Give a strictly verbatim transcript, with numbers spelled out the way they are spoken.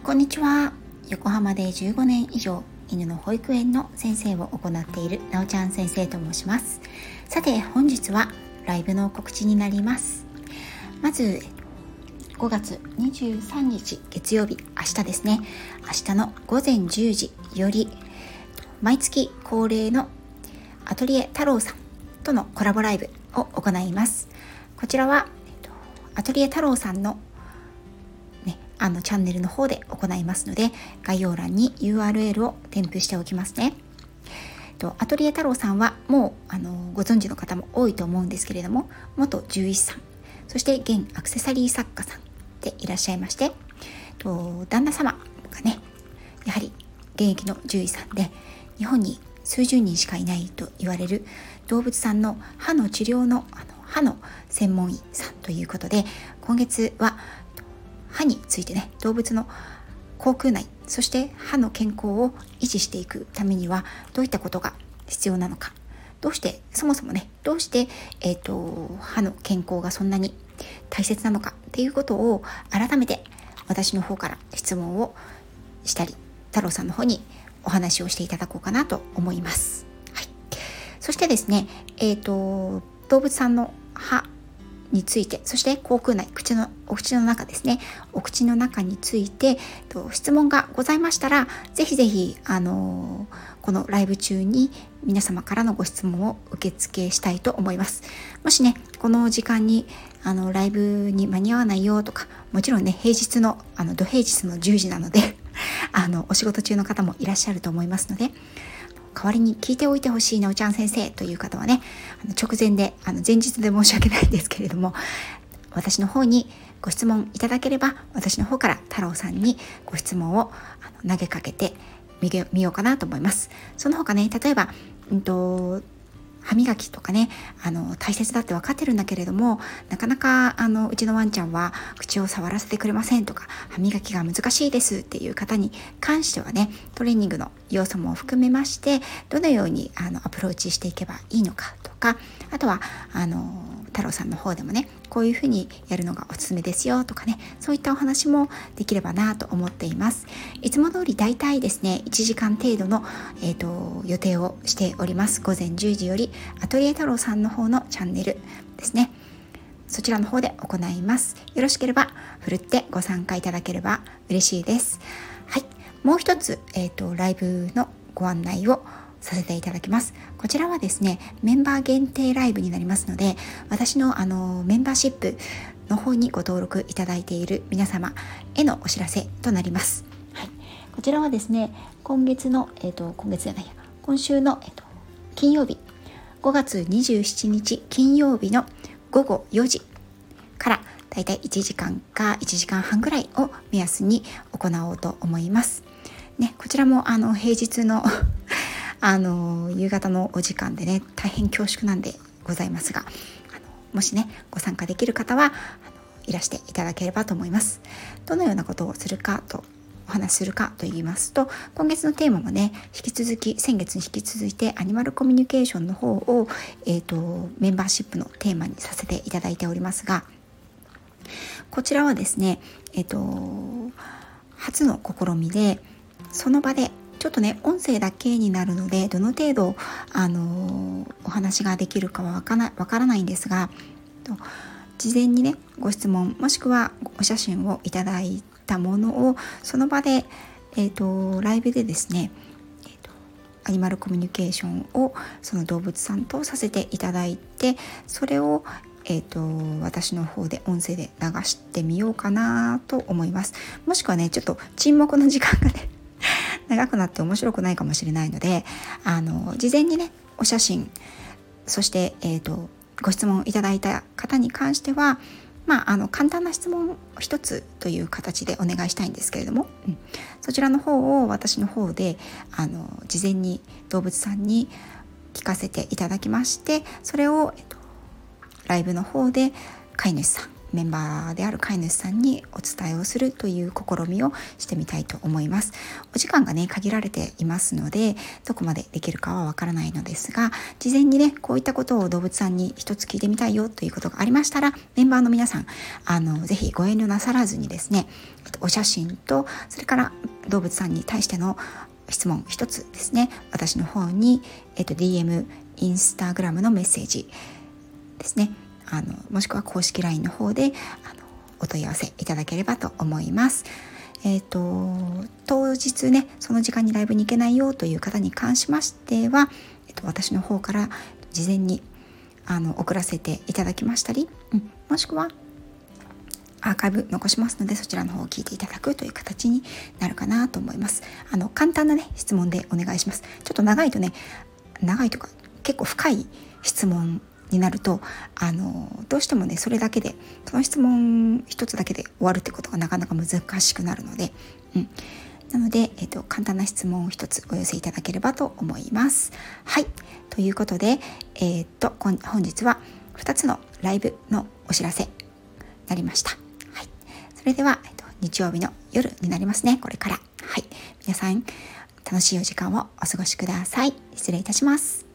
こんにちは。横浜でじゅうごねん以上犬の保育園の先生を行っているなおちゃん先生と申します。さて本日はライブの告知になります。まずごがつにじゅうさんにち月曜日、明日ですね。明日のごぜんじゅうじより毎月恒例のアトリエ太郎さんとのコラボライブを行います。こちらはアトリエ太郎さんのね、あのチャンネルの方で行いますので、概要欄に ユーアールエル を添付しておきますね。とアトリエ太郎さんはもうあのご存知の方も多いと思うんですけれども、元獣医師さん、そして現アクセサリー作家さんでいらっしゃいまして、と旦那様がね、やはり現役の獣医さんで、日本に数十人しかいないと言われる動物さんの歯の治療の、あの歯の専門医さんということで、今月は歯についてね、動物の口腔内、そして歯の健康を維持していくためにはどういったことが必要なのか、どうしてそもそもね、どうして、えーと、歯の健康がそんなに大切なのかっていうことを改めて私の方から質問をしたり、太郎さんの方にお話をしていただこうかなと思います。はい、そしてですね、えーと、動物さんの歯について、そして口腔内、口のお口の中ですね、お口の中についてと質問がございましたら、ぜひぜひあのこのライブ中に皆様からのご質問を受付したいと思います。もしね、この時間にあのライブに間に合わないよとか、もちろんね、平日のあの土平日のじゅうじなのであのお仕事中の方もいらっしゃると思いますので、代わりに聞いておいてほしいなおちゃん先生という方はね、あの直前で、あの前日で申し訳ないんですけれども、私の方にご質問いただければ、私の方から太郎さんにご質問をあの投げかけてみようかなと思います。その他ね、例えば、うんと歯磨きとかね、あの大切だって分かってるんだけれども、なかなかあのうちのワンちゃんは口を触らせてくれませんとか、歯磨きが難しいですっていう方に関してはね、トレーニングの要素も含めまして、どのようにあのアプローチしていけばいいのかとか、あとはあの太郎さんの方でもね、こういうふうにやるのがおすすめですよとかね、そういったお話もできればなと思っています。いつも通りだいたいですね、いちじかん程度の、えーと、予定をしております。ごぜんじゅうじよりアトリエ太郎さんの方のチャンネルですね、そちらの方で行います。よろしければふるってご参加いただければ嬉しいです。はい、もう一つ、えーと、ライブのご案内をさせていただきます。こちらはですね、メンバー限定ライブになりますので、私のあのメンバーシップの方にご登録いただいている皆様へのお知らせとなります。はい、こちらはですね、今月の、えーと、今月じゃないや、今週の、えーと、金曜日、ごがつにじゅうしちにち金曜日のごごよじからだいたいいちじかんかいちじかんはんぐらいを目安に行おうと思います。ね、こちらもあの平日のあの夕方のお時間でね、大変恐縮なんでございますが、あのもしねご参加できる方はあのいらしていただければと思います。どのようなことをするかとお話しするかと言いますと、今月のテーマもね、引き続き先月に引き続いてアニマルコミュニケーションの方を、えーと、メンバーシップのテーマにさせていただいておりますが、こちらはですね、えーと、初の試みで、その場でちょっとね、音声だけになるので、どの程度あのお話ができるかはわからない、わからないんですが、事前にねご質問もしくはお写真をいただいたものをその場で、えーと、ライブでですね、えーと、アニマルコミュニケーションをその動物さんとさせていただいて、それをえーと、私の方で音声で流してみようかなと思います。もしくはね、ちょっと沈黙の時間がね長くなって面白くないかもしれないので、あの事前にねお写真、そして、えーと、ご質問いただいた方に関しては、まあ、あの簡単な質問一つという形でお願いしたいんですけれども、うん、そちらの方を私の方であの事前に動物さんに聞かせていただきまして、それを、えーと、ライブの方で飼い主さんメンバーである飼い主さんにお伝えをするという試みをしてみたいと思います。お時間がね限られていますので、どこまでできるかはわからないのですが、事前にねこういったことを動物さんに一つ聞いてみたいよということがありましたら、メンバーの皆さんあのぜひご遠慮なさらずにですね、お写真とそれから動物さんに対しての質問一つですね、私の方に、えっと、ディーエム インスタグラムのメッセージですね、あのもしくは公式 ライン の方であのお問い合わせいただければと思います。えーと、当日ねその時間にライブに行けないよという方に関しましては、えっと、私の方から事前にあの送らせていただきましたり、うん、もしくはアーカイブ残しますので、そちらの方を聞いていただくという形になるかなと思います。あの簡単なね質問でお願いします。ちょっと長いとね長いとか結構深い質問になるとあのどうしてもねそれだけでその質問一つだけで終わるってことがなかなか難しくなるので、うん、なので、えっと、簡単な質問を一つお寄せいただければと思います。はい、ということで、えー、っと本日はふたつのライブのお知らせになりました。はい、それでは、えっと、日曜日の夜になりますね、これから。はい、皆さん楽しいお時間をお過ごしください。失礼いたします。